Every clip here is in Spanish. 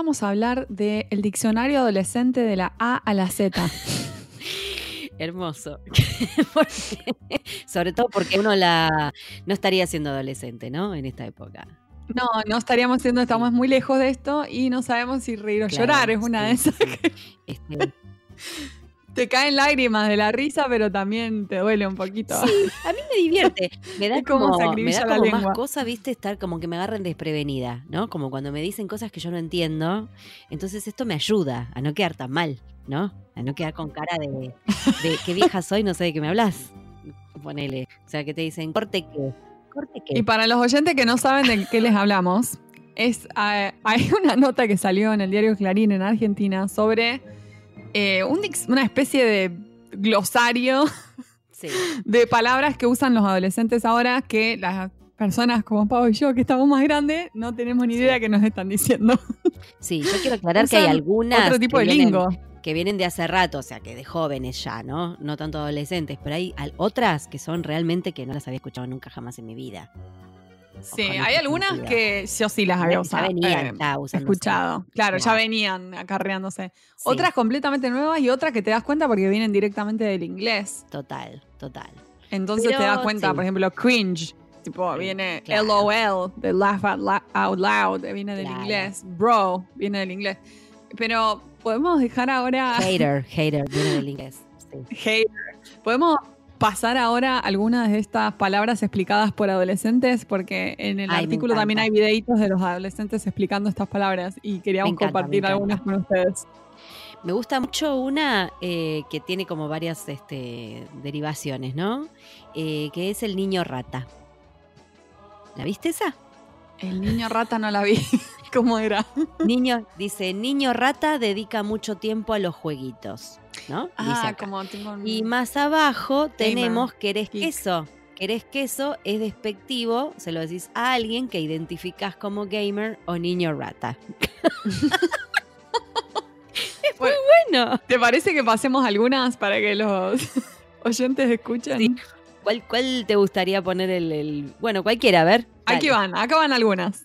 vamos a hablar del diccionario adolescente de la A a la Z. Hermoso. Sobre todo porque uno no estaría siendo adolescente, ¿no? En esta época. No estaríamos siendo, estamos muy lejos de esto y no sabemos si reír o llorar. Es una de esas que te caen lágrimas de la risa, pero también te duele un poquito. Sí, a mí me divierte. Me da como más cosa, viste, estar como que me agarren desprevenida, ¿no? Como cuando me dicen cosas que yo no entiendo. Entonces esto me ayuda a no quedar tan mal, ¿no? A no quedar con cara de qué vieja soy, no sé de qué me hablas. Ponele. O sea, que te dicen, corte qué. Y para los oyentes que no saben de qué les hablamos, hay una nota que salió en el diario Clarín en Argentina sobre una especie de glosario de palabras que usan los adolescentes ahora, que las personas como Pau y yo, que estamos más grandes, no tenemos ni idea qué nos están diciendo. Sí, yo quiero aclarar que hay algunas otro tipo de lingo que vienen de hace rato, o sea, que de jóvenes ya, ¿no? No tanto adolescentes, pero hay otras que son realmente que no las había escuchado nunca jamás en mi vida. Sí, hay algunas que yo sí las había escuchado. Claro, ya venían acarreándose. Sí. Otras completamente nuevas y otras que te das cuenta porque vienen directamente del inglés. Total. Entonces te das cuenta, por ejemplo, cringe. Tipo, viene LOL, de laugh out loud, viene del inglés. Bro, viene del inglés. Pero podemos dejar ahora... Hater, viene del inglés. Sí. Hater. Podemos pasar ahora algunas de estas palabras explicadas por adolescentes, porque en el artículo también hay videitos de los adolescentes explicando estas palabras y queríamos compartir algunas con ustedes. Me gusta mucho una que tiene como varias derivaciones, ¿no? Que es el niño rata. ¿La viste esa? El niño rata no la vi. ¿Cómo era? Dice, niño rata dedica mucho tiempo a los jueguitos, ¿no? Y más abajo tenemos querés queso. Querés queso es despectivo, se lo decís a alguien que identificás como gamer o niño rata. Es muy bueno. ¿Te parece que pasemos algunas para que los oyentes escuchen? Sí. ¿Cuál te gustaría poner Bueno, cualquiera, a ver. Dale. Acá van algunas.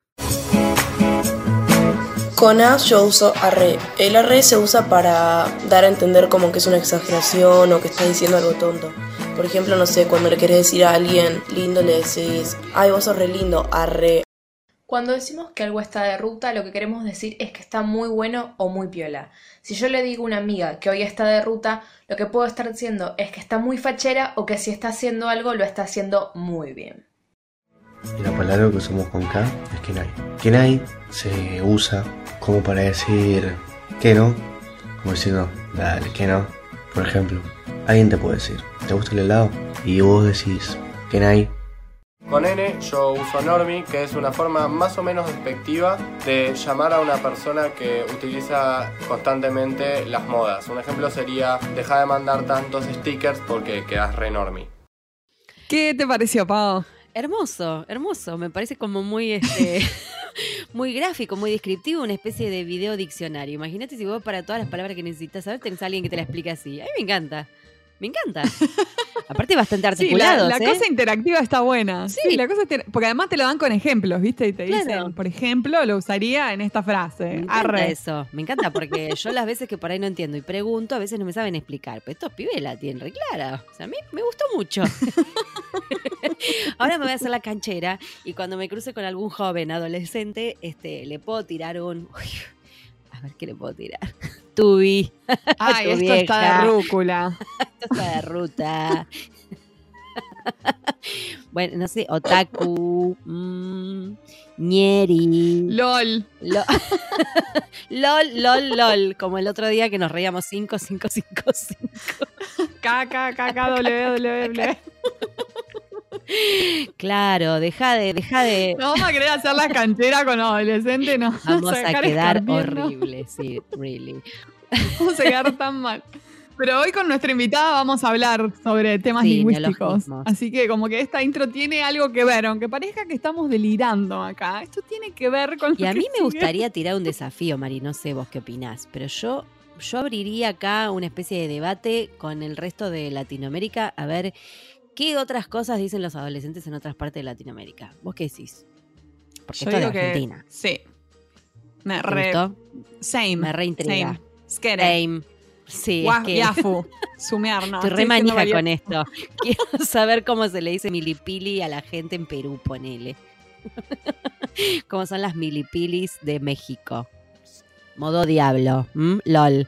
Con A yo uso arre. El arre se usa para dar a entender como que es una exageración o que estás diciendo algo tonto. Por ejemplo, no sé, cuando le querés decir a alguien lindo le decís, ay, vos sos re lindo, arre. Cuando decimos que algo está de ruta, lo que queremos decir es que está muy bueno o muy piola. Si yo le digo a una amiga que hoy está de ruta, lo que puedo estar diciendo es que está muy fachera o que si está haciendo algo, lo está haciendo muy bien. Y la palabra que usamos con K es kenai. Kenai se usa como para decir que no, como decir no, dale, que no. Por ejemplo, alguien te puede decir, ¿te gusta el helado? Y vos decís, kenai. Con N yo uso normie, que es una forma más o menos despectiva de llamar a una persona que utiliza constantemente las modas. Un ejemplo sería, deja de mandar tantos stickers porque quedas re normie. ¿Qué te pareció, Pau? Hermoso. Me parece como muy muy gráfico, muy descriptivo, una especie de video diccionario. Imagínate si vos para todas las palabras que necesitas saber tenés a alguien que te la explique así. A mí me encanta. Aparte bastante articulado. Sí, la cosa interactiva está buena. Sí, la cosa porque además te lo dan con ejemplos, ¿viste? Y te dicen, por ejemplo, lo usaría en esta frase. Me encanta eso. Me encanta porque yo las veces que por ahí no entiendo y pregunto, a veces no me saben explicar. Pero estos pibes la tienen re clara. O sea, a mí me gustó mucho. Ahora me voy a hacer la canchera y cuando me cruce con algún joven adolescente, le puedo tirar un... A ver, ¿qué le puedo tirar? Tubi. Ay, esto está de rúcula. Esto está de ruta. Bueno, no sé, otaku, ñeri. LOL. LOL. Como el otro día que nos reíamos 5. KKKW. Claro, deja de. No vamos a querer hacer la canchera con adolescentes, no. Vamos a quedar horrible, sí, really. Vamos a quedar tan mal. Pero hoy con nuestra invitada vamos a hablar sobre temas lingüísticos. Así que como que esta intro tiene algo que ver, aunque parezca que estamos delirando acá. Esto tiene que ver con... Y a mí me gustaría tirar un desafío, Mari, no sé vos qué opinás, pero yo abriría acá una especie de debate con el resto de Latinoamérica, a ver qué otras cosas dicen los adolescentes en otras partes de Latinoamérica. ¿Vos qué decís? Porque esto es de Argentina. Sí. Me reintriga. Same. Sí, Yafu. Sumear, ¿no? Estoy re manija con esto. Quiero saber cómo se le dice milipili a la gente en Perú, ponele. Cómo son las milipilis de México. Modo diablo. LOL.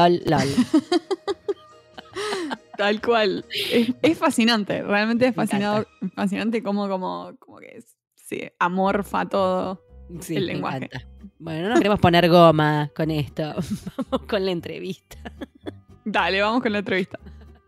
Tal cual. Es fascinante. Realmente es fascinante como que es, sí, amorfa todo el lenguaje. Encanta. Bueno, no nos queremos poner goma con esto. Vamos con la entrevista. Dale, vamos con la entrevista.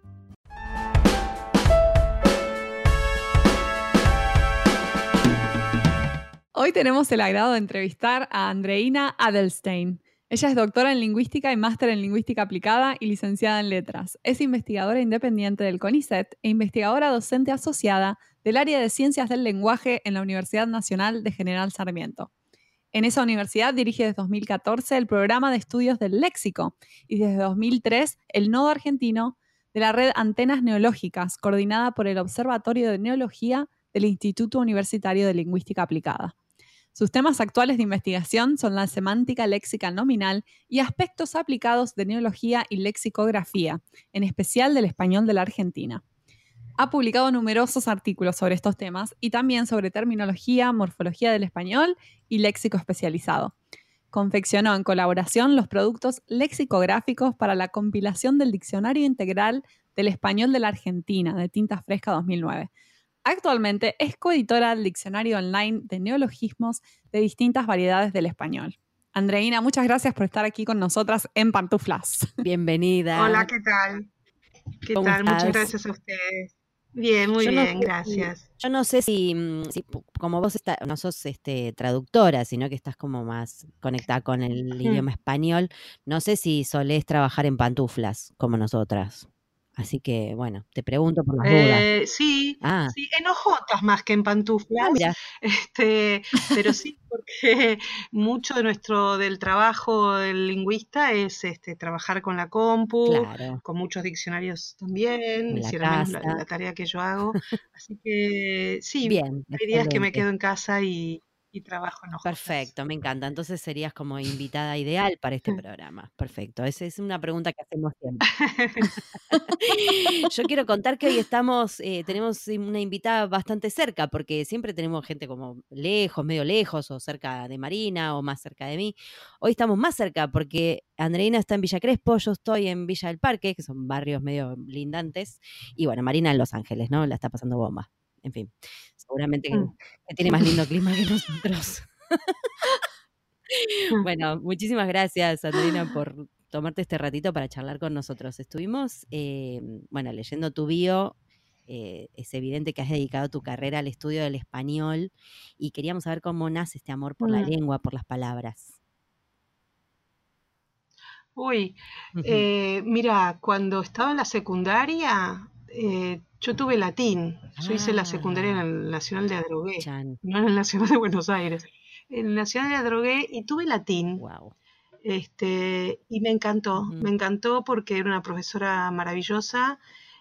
Hoy tenemos el agrado de entrevistar a Andreina Adelstein. Ella es doctora en lingüística y máster en lingüística aplicada y licenciada en letras. Es investigadora independiente del CONICET e investigadora docente asociada del área de ciencias del lenguaje en la Universidad Nacional de General Sarmiento. En esa universidad dirige desde 2014 el programa de estudios del léxico y desde 2003 el nodo argentino de la red Antenas Neológicas, coordinada por el Observatorio de Neología del Instituto Universitario de Lingüística Aplicada. Sus temas actuales de investigación son la semántica léxica nominal y aspectos aplicados de neología y lexicografía, en especial del español de la Argentina. Ha publicado numerosos artículos sobre estos temas y también sobre terminología, morfología del español y léxico especializado. Confeccionó en colaboración los productos lexicográficos para la compilación del Diccionario Integral del Español de la Argentina, de Tinta Fresca 2009. Actualmente es coeditora del Diccionario Online de Neologismos de distintas variedades del español. Andreina, muchas gracias por estar aquí con nosotras en Pantuflas. Bienvenida. Hola, ¿qué tal? ¿Qué tal? Muchas gracias a ustedes. Bien, muy bien, gracias. Yo no sé si como vos no sos traductora, sino que estás como más conectada con el idioma español, no sé si solés trabajar en pantuflas como nosotras. Así que, bueno, te pregunto por las dudas. Sí, en hojotas más que en pantuflas. Pero sí, porque mucho del trabajo del lingüista es trabajar con la compu, claro, con muchos diccionarios también, si al menos la tarea que yo hago. Así que sí, bien, hay días que me quedo en casa y trabajo en hojotas. Perfecto, me encanta. Entonces serías como invitada ideal para este programa. Perfecto, esa es una pregunta que hacemos siempre. Yo quiero contar que hoy tenemos una invitada bastante cerca, porque siempre tenemos gente como lejos, medio lejos, o cerca de Marina, o más cerca de mí. Hoy estamos más cerca porque Andreina está en Villa Crespo, yo estoy en Villa del Parque, que son barrios medio lindantes, y bueno, Marina en Los Ángeles, ¿no? La está pasando bomba. En fin, seguramente que tiene más lindo clima que nosotros. Bueno, muchísimas gracias, Andreina, por tomarte este ratito para charlar con nosotros. Estuvimos, leyendo tu bio. Es evidente que has dedicado tu carrera al estudio del español y queríamos saber cómo nace este amor por la lengua, por las palabras. Mira, cuando estaba en la secundaria, yo tuve latín. Yo hice la secundaria en el Nacional de Adrogué, no en el Nacional de Buenos Aires. En el Nacional de Adrogué, y tuve latín. Wow. Y me encantó porque era una profesora maravillosa,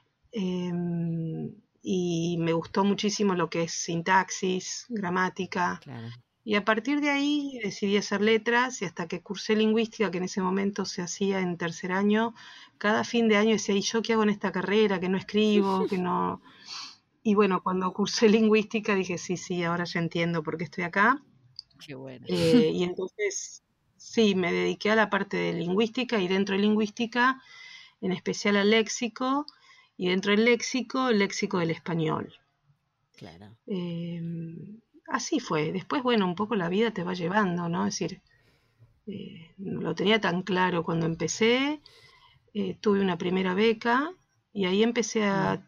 y me gustó muchísimo lo que es sintaxis, gramática. Claro. Y a partir de ahí decidí hacer letras, y hasta que cursé lingüística, que en ese momento se hacía en tercer año, cada fin de año decía, ¿y yo qué hago en esta carrera? Que no escribo, que no... Y bueno, cuando cursé lingüística dije, sí, ahora ya entiendo por qué estoy acá. Qué bueno. Y entonces, sí, me dediqué a la parte de lingüística, y dentro de lingüística, en especial al léxico, y dentro del léxico, el léxico del español. Claro. Así fue. Después, bueno, un poco la vida te va llevando, ¿no? Es decir, no lo tenía tan claro cuando empecé. Tuve una primera beca y ahí empecé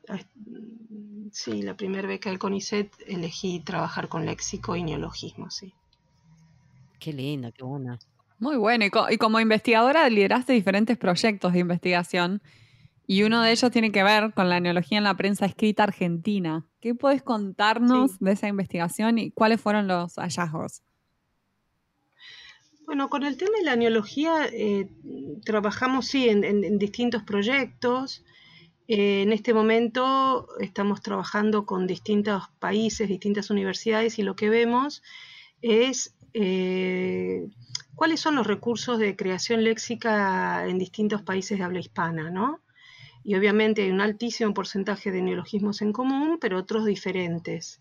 la primera beca del CONICET, elegí trabajar con léxico y neologismo, sí. Qué lindo, qué buena. Muy bueno. Y como investigadora lideraste diferentes proyectos de investigación. Y uno de ellos tiene que ver con la neología en la prensa escrita argentina. ¿Qué podés contarnos de esa investigación y cuáles fueron los hallazgos? Bueno, con el tema de la neología trabajamos, en distintos proyectos. En este momento estamos trabajando con distintos países, distintas universidades, y lo que vemos es cuáles son los recursos de creación léxica en distintos países de habla hispana, ¿no? Y obviamente hay un altísimo porcentaje de neologismos en común, pero otros diferentes.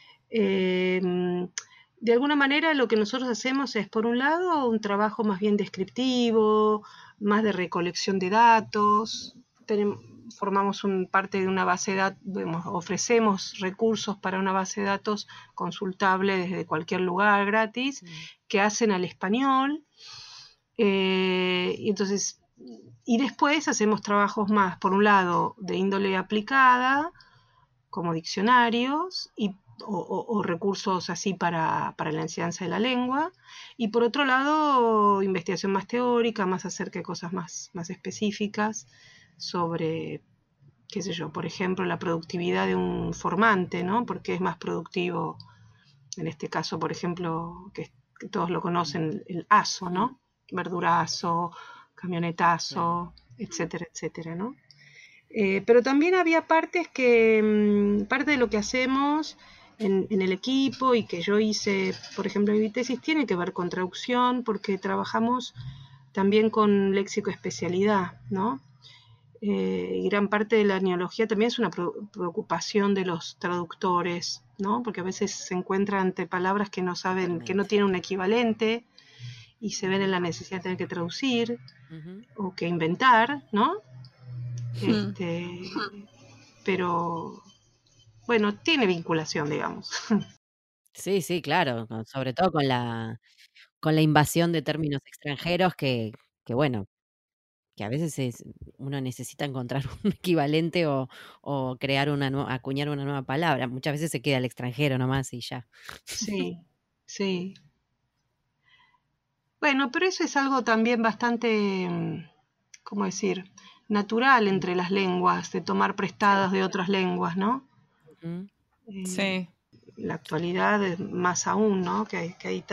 De alguna manera lo que nosotros hacemos es, por un lado, un trabajo más bien descriptivo, más de recolección de datos. Formamos parte de una base de datos, ofrecemos recursos para una base de datos consultable desde cualquier lugar gratis, que hacen al español. Y después hacemos trabajos más, por un lado, de índole aplicada, como diccionarios o recursos así para la enseñanza de la lengua, y por otro lado, investigación más teórica, más acerca de cosas más específicas sobre, qué sé yo, por ejemplo, la productividad de un formante, ¿no? Porque es más productivo, en este caso, por ejemplo, que todos lo conocen, el aso, ¿no? Verdurazo, camionetazo, etcétera, etcétera, ¿no? Pero también había parte de lo que hacemos en el equipo y que yo hice, por ejemplo, en mi tesis, tiene que ver con traducción, porque trabajamos también con léxico especialidad, ¿no? Y gran parte de la neología también es una preocupación de los traductores, ¿no? Porque a veces se encuentran ante palabras que no saben, que no tienen un equivalente y se ven en la necesidad de tener que traducir o que inventar, ¿no? Pero bueno, tiene vinculación, digamos. Sí, sí, claro, sobre todo con la invasión de términos extranjeros que bueno, que a veces uno necesita encontrar un equivalente o crear acuñar una nueva palabra. Muchas veces se queda al extranjero nomás y ya. Sí, sí. Bueno, pero eso es algo también bastante, ¿cómo decir?, natural entre las lenguas, de tomar prestadas de otras lenguas, ¿no? Sí. La actualidad es más aún, ¿no? Que hay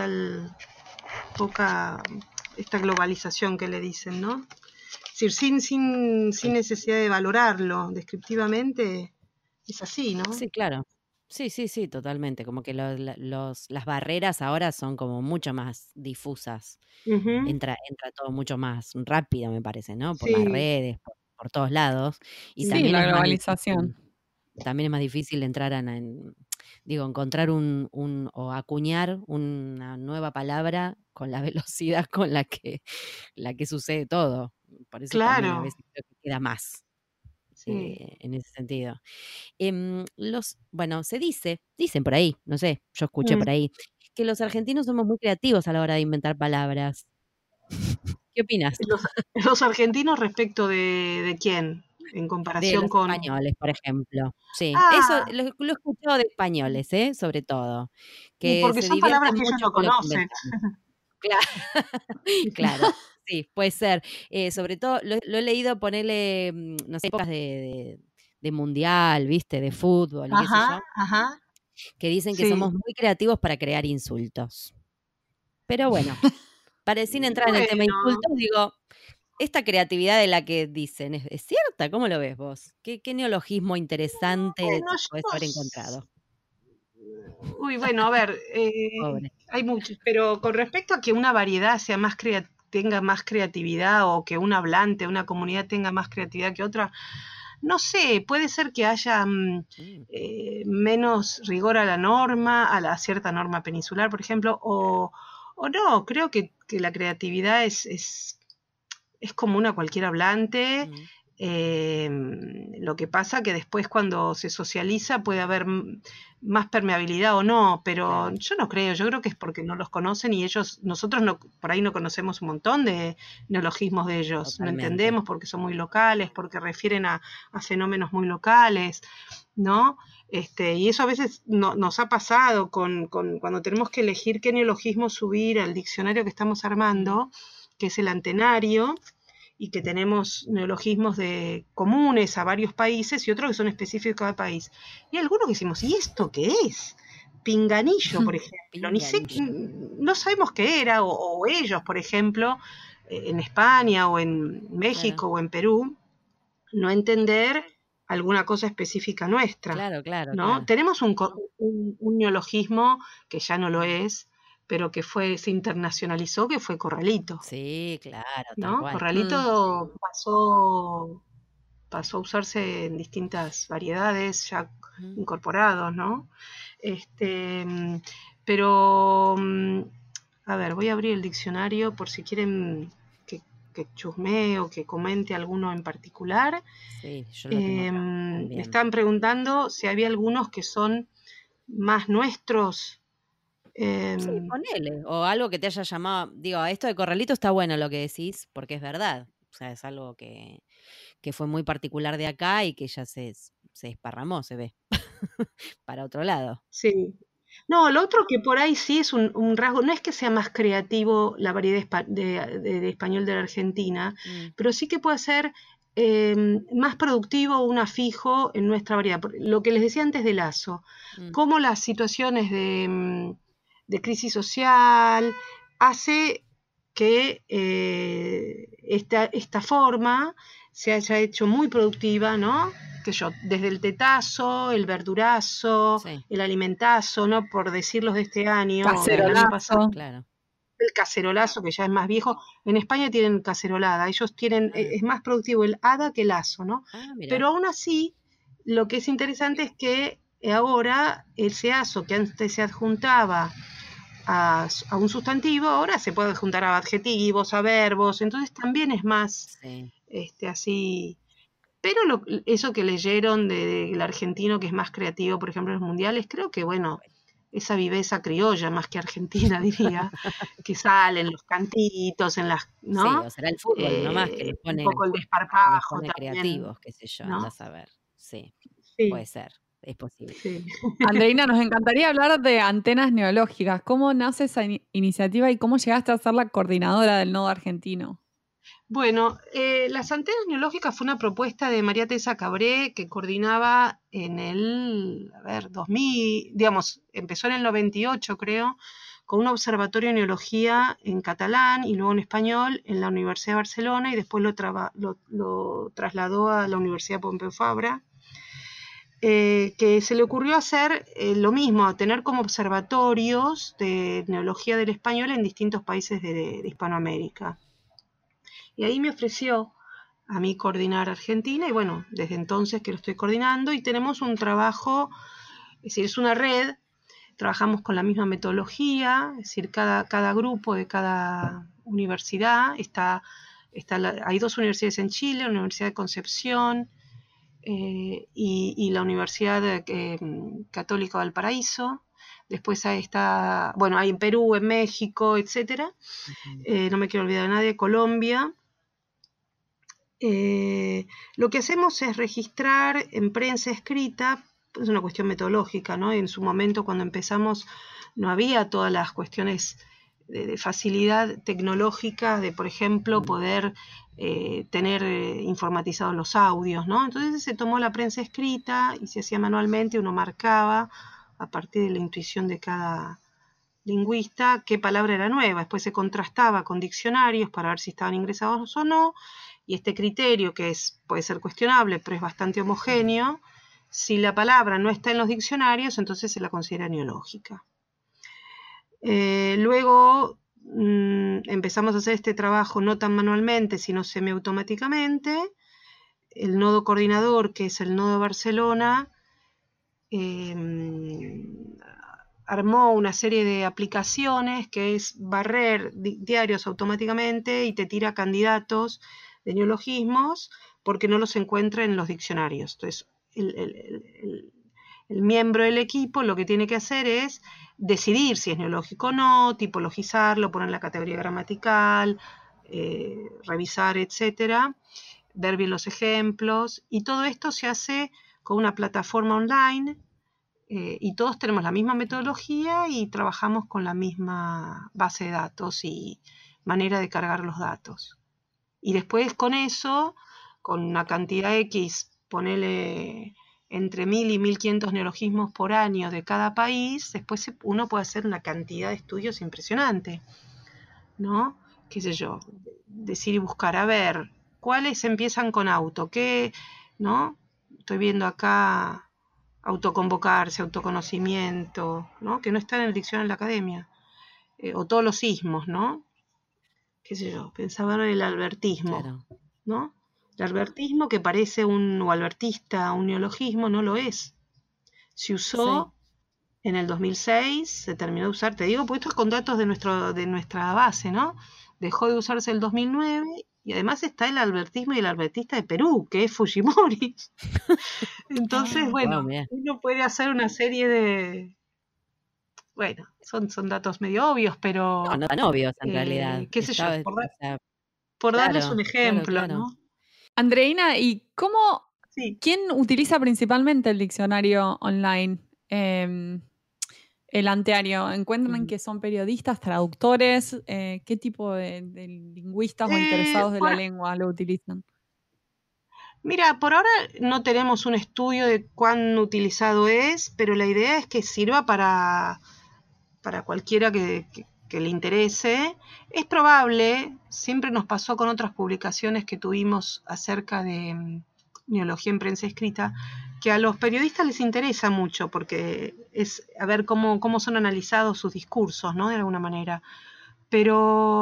esta globalización que le dicen, ¿no? Es decir, sin necesidad de valorarlo descriptivamente, es así, ¿no? Sí, claro. Sí, totalmente. Como que las barreras ahora son como mucho más difusas. Entra todo mucho más rápido, me parece, ¿no? Por las redes, por todos lados. Y sí, también la es globalización. También es más difícil entrar encontrar o acuñar una nueva palabra con la velocidad con la que sucede todo. Por eso también a veces creo que queda más en ese sentido. Bueno, dicen por ahí, no sé, yo escuché por ahí, que los argentinos somos muy creativos a la hora de inventar palabras. ¿Qué opinas? Los argentinos respecto de quién, en comparación de los con españoles, por ejemplo. Sí, eso lo he escuchado de españoles, sobre todo. Que porque se son palabras que divierten ellos mucho no con lo que conocen. Claro, sí, puede ser. Sobre todo, lo he leído ponerle, no sé, épocas de mundial, ¿viste? De fútbol y qué sé yo. Que dicen que somos muy creativos para crear insultos. Pero bueno, sin entrar en el tema de insultos, digo, esta creatividad de la que dicen, ¿es cierta? ¿Cómo lo ves vos? ¿Qué neologismo interesante puedes haber encontrado? Uy, bueno, a ver, hay muchos, pero con respecto a que una variedad sea tenga más creatividad o que un hablante, una comunidad tenga más creatividad que otra, no sé, puede ser que haya menos rigor a la norma, a cierta norma peninsular, por ejemplo, o no, creo que la creatividad es común a cualquier hablante. Lo que pasa que después cuando se socializa puede haber más permeabilidad o no, pero yo no creo, yo creo que es porque no los conocen y nosotros por ahí no conocemos un montón de neologismos de ellos. Totalmente. No entendemos porque son muy locales, porque refieren a fenómenos muy locales, ¿no? Y eso a veces nos ha pasado cuando tenemos que elegir qué neologismo subir al diccionario que estamos armando, que es el Antenario, y que tenemos neologismos comunes a varios países y otros que son específicos de cada país. Y algunos que decimos, ¿y esto qué es? Pinganillo, por ejemplo. No sabemos qué era, o ellos, por ejemplo, en España o en México o en Perú, no entender alguna cosa específica nuestra. Claro. Tenemos un neologismo que ya no lo es, pero que se internacionalizó, que fue Corralito. Sí, claro, ¿no? tal cual. Corralito pasó a usarse en distintas variedades ya incorporados, ¿no? Pero, a ver, voy a abrir el diccionario por si quieren que chusmee o que comente alguno en particular. Sí, yo lo tengo acá también. Me estaban preguntando si había algunos que son más nuestros. Sí, ponele, o algo que te haya llamado, digo, esto de Corralito está bueno lo que decís, porque es verdad, o sea, es algo que fue muy particular de acá y que ya se desparramó, se ve, para otro lado. Sí. No, lo otro que por ahí sí es un rasgo, no es que sea más creativo la variedad de español de la Argentina, pero sí que puede ser más productivo un afijo en nuestra variedad. Lo que les decía antes de Lazo, cómo las situaciones de crisis social hace que esta forma se haya hecho muy productiva, ¿no? Desde el tetazo, el verdurazo, el alimentazo, ¿no? Por decirlos de este año, cacerolazo, del año pasado, claro. El cacerolazo, que ya es más viejo. En España tienen cacerolada, ellos tienen, es más productivo el hada que el azo, ¿no? Pero aún así, lo que es interesante es que ahora ese azo que antes se adjuntaba a un sustantivo, ahora se puede adjuntar a adjetivos, a verbos, entonces también es más así. Pero eso que leyeron del argentino, que es más creativo, por ejemplo, en los mundiales, creo que, bueno, esa viveza criolla, más que argentina, diría, que salen los cantitos, en las, ¿no? Sí, o será el fútbol nomás que nos pone, un poco el desparpajo nos pone también, creativos, qué sé yo, ¿no? andás a ver. Sí, puede ser, es posible. Sí. Andreina, nos encantaría hablar de antenas neológicas. ¿Cómo nace esa iniciativa y cómo llegaste a ser la coordinadora del nodo argentino? Bueno, las antenas neológicas fue una propuesta de María Teresa Cabré que coordinaba en el 2000, digamos, empezó en el 98 creo, con un observatorio de neología en catalán y luego en español en la Universidad de Barcelona y después lo trasladó a la Universidad Pompeu Fabra, que se le ocurrió hacer lo mismo, tener como observatorios de neología del español en distintos países de Hispanoamérica. Y ahí me ofreció a mí coordinar Argentina y bueno, desde entonces que lo estoy coordinando y tenemos un trabajo, es decir, es una red, trabajamos con la misma metodología, es decir, cada grupo de cada universidad, hay 2 universidades en Chile, la Universidad de Concepción y la Universidad Católica de Valparaíso. Después está, bueno, hay en Perú, en México, etcétera. No me quiero olvidar de nadie, Colombia. Lo que hacemos es registrar en prensa escrita, es una cuestión metodológica, ¿no? En su momento cuando empezamos no había todas las cuestiones de facilidad tecnológica de, por ejemplo, poder tener informatizados los audios, ¿no? Entonces se tomó la prensa escrita y se hacía manualmente, uno marcaba a partir de la intuición de cada lingüista qué palabra era nueva, después se contrastaba con diccionarios para ver si estaban ingresados o no, y este criterio que puede ser cuestionable, pero es bastante homogéneo, si la palabra no está en los diccionarios, entonces se la considera neológica. Luego empezamos a hacer este trabajo no tan manualmente, sino semiautomáticamente. El nodo coordinador, que es el nodo de Barcelona, armó una serie de aplicaciones que es barrer diarios automáticamente y te tira candidatos de neologismos porque no los encuentra en los diccionarios. Entonces, el miembro del equipo lo que tiene que hacer es decidir si es neológico o no, tipologizarlo, poner la categoría gramatical, revisar, etcétera, ver bien los ejemplos, y todo esto se hace con una plataforma online y todos tenemos la misma metodología y trabajamos con la misma base de datos y manera de cargar los datos. Y después con eso, con una cantidad X, ponele entre 1000 y 1500 neologismos por año de cada país, después uno puede hacer una cantidad de estudios impresionante, ¿no? Qué sé yo, decir y buscar, a ver, ¿cuáles empiezan con auto? ¿Qué, no? Estoy viendo acá autoconvocarse, autoconocimiento, ¿no? Que no está en el diccionario de la academia. o todos los ismos, ¿no? Qué sé yo, pensaba en el albertismo, Claro. ¿no? El albertismo, que parece o albertista, un neologismo, no lo es. Se usó en el 2006, se terminó de usar, te digo, pues esto es con datos de nuestra base, ¿no? Dejó de usarse el 2009 y además está el albertismo y el albertista de Perú, que es Fujimori. Entonces, bueno, uno puede hacer una serie de... Bueno, son datos medio obvios, pero... No tan obvios en realidad. Qué sé yo, por darles un ejemplo, claro. ¿no? Andreina, ¿y quién utiliza principalmente el diccionario online? El Anteario. ¿Encuentran que son periodistas, traductores? ¿Qué tipo de lingüistas o interesados de la lengua lo utilizan? Mira, por ahora no tenemos un estudio de cuán utilizado es, pero la idea es que sirva para cualquiera que le interese. Es probable, siempre nos pasó con otras publicaciones que tuvimos acerca de neología en prensa escrita, que a los periodistas les interesa mucho, porque es a ver cómo son analizados sus discursos, ¿no? De alguna manera. Pero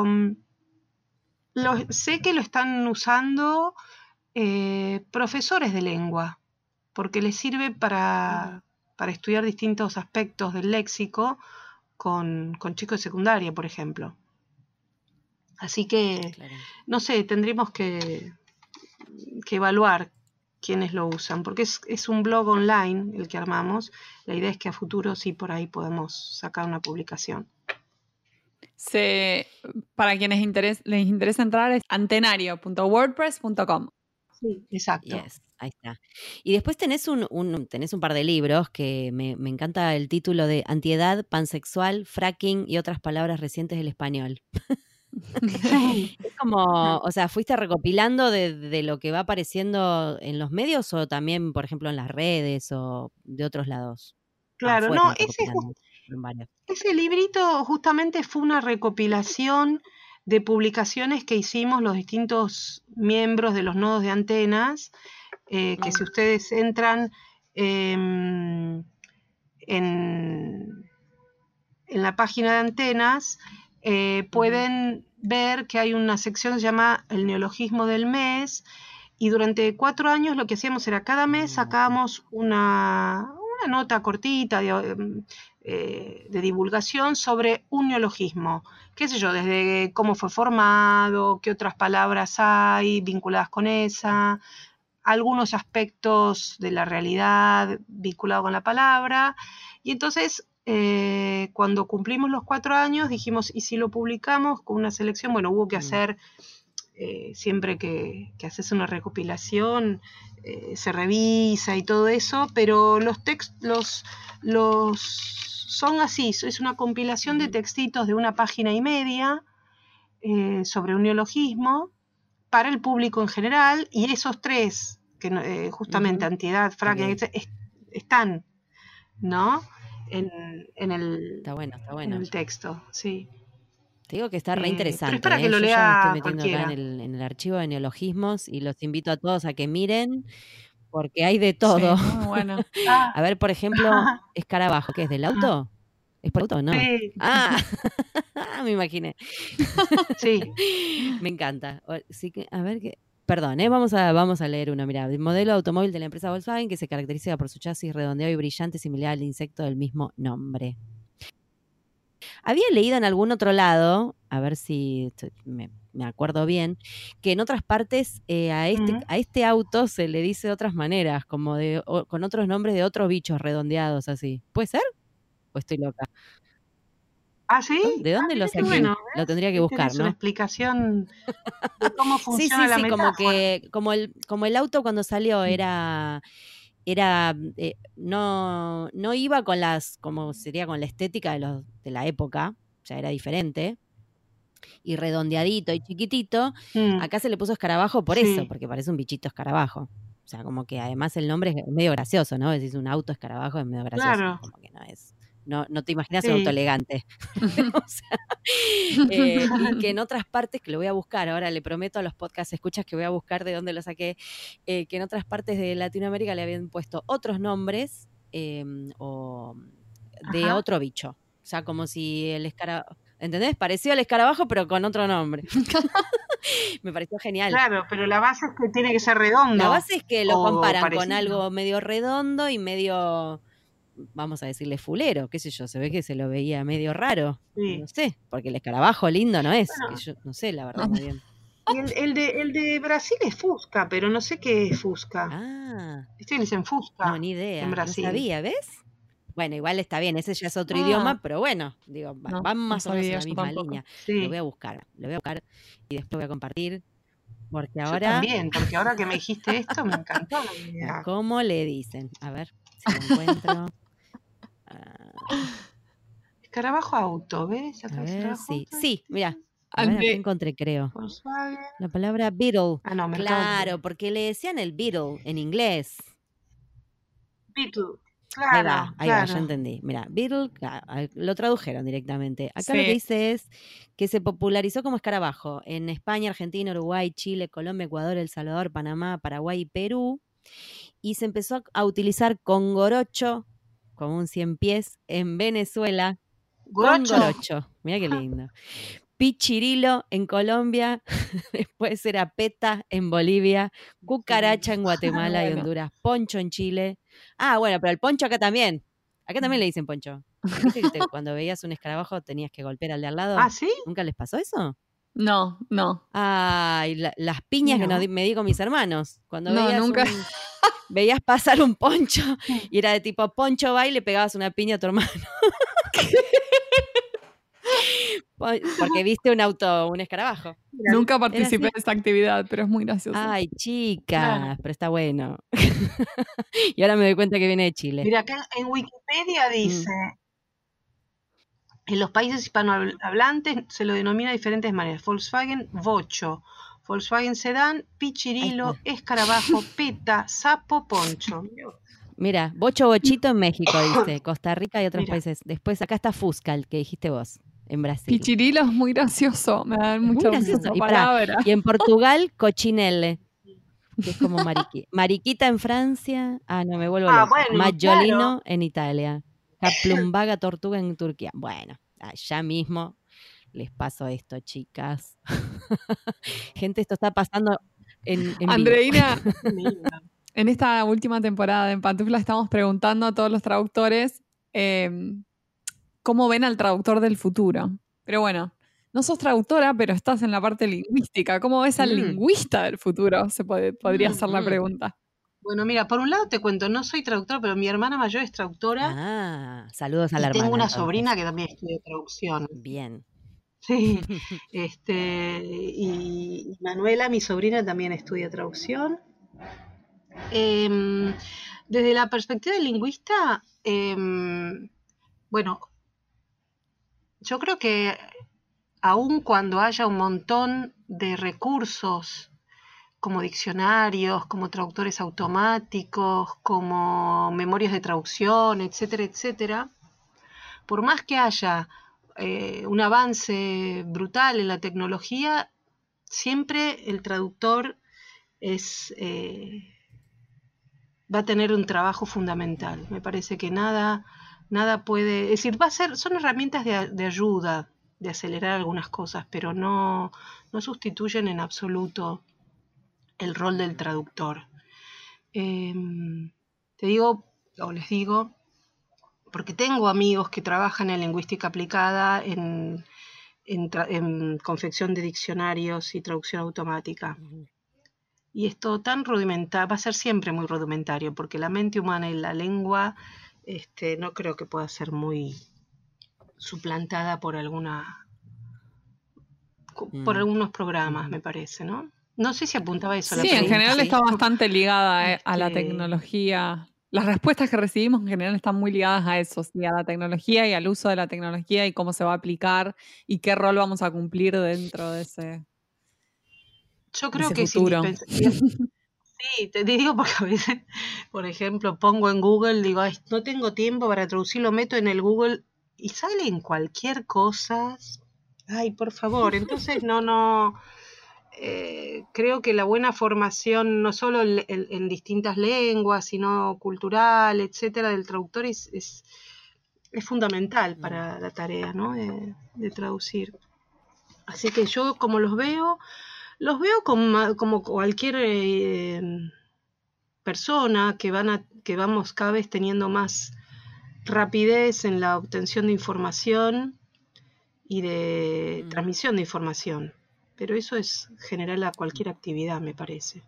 sé que lo están usando profesores de lengua, porque les sirve para estudiar distintos aspectos del léxico con chicos de secundaria, por ejemplo. Así que, no sé, tendríamos que evaluar quiénes lo usan, porque es un blog online el que armamos. La idea es que a futuro sí por ahí podemos sacar una publicación. Para quienes les interesa entrar es antenario.wordpress.com. Sí, exacto. Yes, ahí está. Y después tenés tenés un par de libros que me encanta el título de Antiedad, Pansexual, Fracking y otras palabras recientes del español. Es como, o sea, ¿fuiste recopilando de lo que va apareciendo en los medios o también, por ejemplo, en las redes o de otros lados? Claro, no, ese librito justamente fue una recopilación de publicaciones que hicimos los distintos miembros de los nodos de antenas, que si ustedes entran en la página de antenas, pueden ver que hay una sección que se llama el neologismo del mes, y durante 4 años lo que hacíamos era cada mes sacábamos una nota cortita de divulgación sobre un neologismo, qué sé yo, desde cómo fue formado, qué otras palabras hay vinculadas con esa, algunos aspectos de la realidad vinculados con la palabra. Y entonces cuando cumplimos los 4 años dijimos, ¿y si lo publicamos con una selección? Bueno, hubo que hacer, siempre que haces una recopilación, se revisa y todo eso, pero los textos son así, es una compilación de textitos de 1,5 páginas sobre un neologismo para el público en general, y esos 3, que justamente antiedad, fracking, están, ¿no? En el, está bueno. En el texto, sí. Te digo que está re interesante. Pero es para que lo lea yo ya me estoy metiendo cualquiera. acá en el archivo de neologismos y los invito a todos a que miren, porque hay de todo. Sí, muy bueno. A ver, por ejemplo, escarabajo, ¿qué es del auto? ¿Es por auto? No. Sí. Me imaginé. Sí. Me encanta. Sí que, a ver qué. Perdón, vamos a leer uno. Mirá, el modelo de automóvil de la empresa Volkswagen que se caracteriza por su chasis redondeado y brillante similar al insecto del mismo nombre. Había leído en algún otro lado, a ver si me acuerdo bien, que en otras partes a este auto se le dice de otras maneras, como con otros nombres de otros bichos redondeados así. ¿Puede ser? ¿O estoy loca? ¿Ah, sí? ¿De dónde lo saqué? Bueno, lo tendría que buscar, ¿no? Una explicación de cómo funciona la metáfora. Como el auto cuando salió era no iba con como sería con la estética de la época, o sea, era diferente, y redondeadito y chiquitito. Acá se le puso escarabajo por eso, porque parece un bichito escarabajo. O sea, como que además el nombre es medio gracioso, ¿no? Decís un auto escarabajo es medio gracioso. Claro. Como que no te imaginas un auto elegante. O sea, y que en otras partes, que lo voy a buscar, ahora le prometo a los podcast escuchas que voy a buscar de dónde lo saqué, que en otras partes de Latinoamérica le habían puesto otros nombres o de otro bicho. O sea, como si el escarabajo... ¿entendés? Parecido al escarabajo, pero con otro nombre. Me pareció genial. Claro, pero la base es que tiene que ser redondo. La base es que lo comparan con algo medio redondo y medio, vamos a decirle, fulero, qué sé yo, se ve que se lo veía medio raro. Sí. No sé, porque el escarabajo lindo no es, bueno, que yo no sé la verdad muy bien. Y el de Brasil es fusca, pero no sé qué es fusca. ¿Viste que le dicen fusca? No, ni idea, en Brasil. No sabía, ¿ves? Bueno, igual está bien, ese ya es otro idioma, pero bueno, digo, van más o menos en la misma línea. Sí. Lo voy a buscar y después voy a compartir. Porque ahora... Yo también, porque ahora que me dijiste esto me encantó la idea. ¿Cómo le dicen? A ver si lo encuentro. Escarabajo auto, ¿ves? A ver, sí, mira. Ahora que encontré, creo. Volkswagen. La palabra Beetle. No, claro, porque le decían el Beetle en inglés. Beetle. Claro, ahí va, ya entendí. Mira, Beetle, lo tradujeron directamente. Acá lo que dice es que se popularizó como escarabajo en España, Argentina, Uruguay, Chile, Colombia, Ecuador, El Salvador, Panamá, Paraguay y Perú. Y se empezó a utilizar con gorocho, como un 100 pies, en Venezuela. ¿Gorocho? Con gorocho. Mira qué lindo. Pichirilo en Colombia, después era peta en Bolivia, cucaracha en Guatemala y Honduras, poncho en Chile. Bueno, pero el poncho acá también. Acá también le dicen poncho. ¿Viste que cuando veías un escarabajo tenías que golpear al de al lado? ¿Sí? ¿Nunca les pasó eso? No. Ay, las piñas que me di con mis hermanos. Cuando nunca. Veías pasar un poncho y era de tipo poncho va y le pegabas una piña a tu hermano. Porque viste un escarabajo. Nunca participé de esta actividad, pero es muy gracioso. Ay, chicas, pero está bueno. Y ahora me doy cuenta que viene de Chile. Mira, acá en Wikipedia dice, en los países hispanohablantes se lo denomina de diferentes maneras. Volkswagen Bocho, Volkswagen Sedán, Pichirilo, escarabajo, peta, sapo, poncho. Mira, bochito en México, dice, Costa Rica y otros países. Después acá está Fusca, el que dijiste vos, en Brasil. Pichirilo es muy gracioso, me dan mucha palabra. Y en Portugal, cochinelle, que es como mariquita en Francia. No, me vuelvo loca. Bueno, Maggiolino en Italia. Caplumbaga tortuga en Turquía. Bueno, ya mismo les paso esto, chicas. Gente, esto está pasando en Andreina, en esta última temporada de En Pantufla estamos preguntando a todos los traductores cómo ven al traductor del futuro. Pero bueno, no sos traductora, pero estás en la parte lingüística. ¿Cómo ves al lingüista del futuro? Podría ser la pregunta. Bueno, mira, por un lado te cuento, no soy traductora, pero mi hermana mayor es traductora. Saludos a la hermana. Tengo una sobrina que también estudia traducción. Bien. Sí, y Manuela, mi sobrina, también estudia traducción. Desde la perspectiva del lingüista, bueno, yo creo que aun cuando haya un montón de recursos como diccionarios, como traductores automáticos, como memorias de traducción, etcétera, etcétera, por más que haya un avance brutal en la tecnología, siempre el traductor va a tener un trabajo fundamental. Me parece que nada puede, es decir, son herramientas de ayuda, de acelerar algunas cosas, pero no sustituyen en absoluto el rol del traductor. Te digo, o les digo, porque tengo amigos que trabajan en lingüística aplicada, en confección de diccionarios y traducción automática. Y esto tan rudimentario, va a ser siempre muy rudimentario, porque la mente humana y la lengua no creo que pueda ser muy suplantada por por algunos programas, me parece, ¿no? No sé si apuntaba a eso. Sí, en general está bastante ligada a la tecnología. Las respuestas que recibimos en general están muy ligadas a eso, ¿sí? A la tecnología y al uso de la tecnología y cómo se va a aplicar y qué rol vamos a cumplir dentro de ese Yo creo que futuro. Sí, te digo porque a veces, por ejemplo, pongo en Google, digo, no tengo tiempo para traducir, lo meto en el Google y salen cualquier cosa. Ay, por favor, entonces creo que la buena formación, no solo en distintas lenguas, sino cultural, etcétera, del traductor es es fundamental para la tarea, ¿no? de traducir. Así que yo como los veo como cualquier persona que vamos cada vez teniendo más rapidez en la obtención de información y de transmisión de información. Pero eso es general a cualquier actividad, me parece.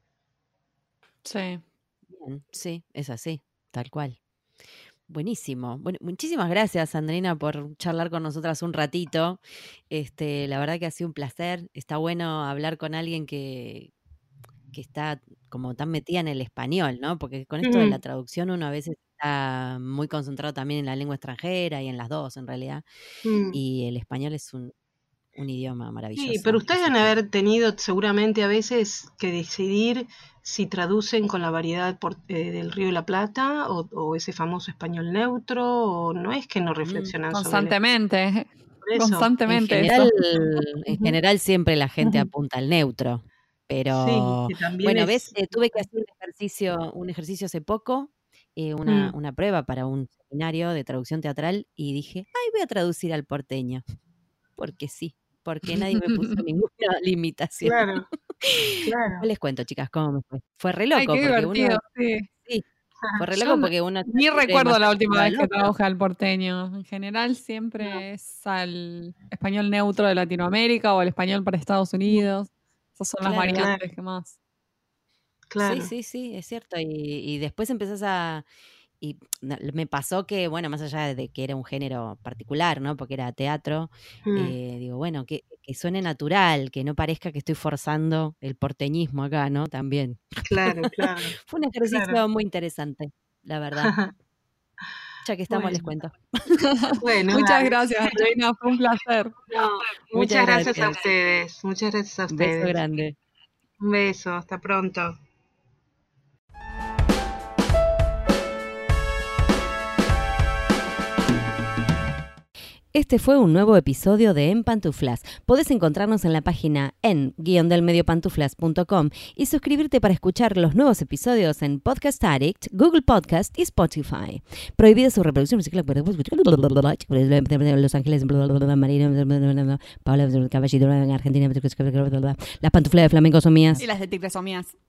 Sí. Bien, sí, es así, tal cual. Buenísimo. Bueno, muchísimas gracias, Sandrina, por charlar con nosotras un ratito. La verdad que ha sido un placer. Está bueno hablar con alguien que está como tan metida en el español, ¿no? Porque con esto de la traducción uno a veces está muy concentrado también en la lengua extranjera y en las dos, en realidad. Y el español es un idioma maravilloso. Sí, pero ustedes deben haber tenido seguramente a veces que decidir si traducen con la variedad del Río de la Plata o ese famoso español neutro, o no es que no reflexionan constantemente. Sobre Constantemente. En general siempre la gente apunta al neutro, pero sí, que también tuve que hacer un ejercicio hace poco, una prueba para un seminario de traducción teatral y dije, voy a traducir al porteño, porque sí. Porque nadie me puso ninguna limitación. Claro. No les cuento, chicas, cómo me fue. Fue re loco. Qué divertido, sí. Fue re loco porque uno... Ni recuerdo la última vez que trabajé al porteño. En general siempre es al español neutro de Latinoamérica o al español para Estados Unidos. Esas son las variantes que más. Claro. Sí, es cierto. Y después empezás y me pasó que, bueno, más allá de que era un género particular, ¿no? Porque era teatro, digo, bueno, que suene natural, que no parezca que estoy forzando el porteñismo acá, ¿no? También. Claro. Fue un ejercicio muy interesante, la verdad. Ya que estamos, les cuento. Bueno, muchas gracias, Reina, fue un placer. Muchas gracias a ustedes. Muchas gracias a ustedes. Un beso grande. Un beso, hasta pronto. Este fue un nuevo episodio de En Pantuflas. Podés encontrarnos en la página en-delmediopantuflas.com y suscribirte para escuchar los nuevos episodios en Podcast Addict, Google Podcast y Spotify. Prohibida su reproducción musical por Los Ángeles, Marino, Paula Caballito, Argentina, las pantuflas de flamenco son mías. Y las de tigre son mías.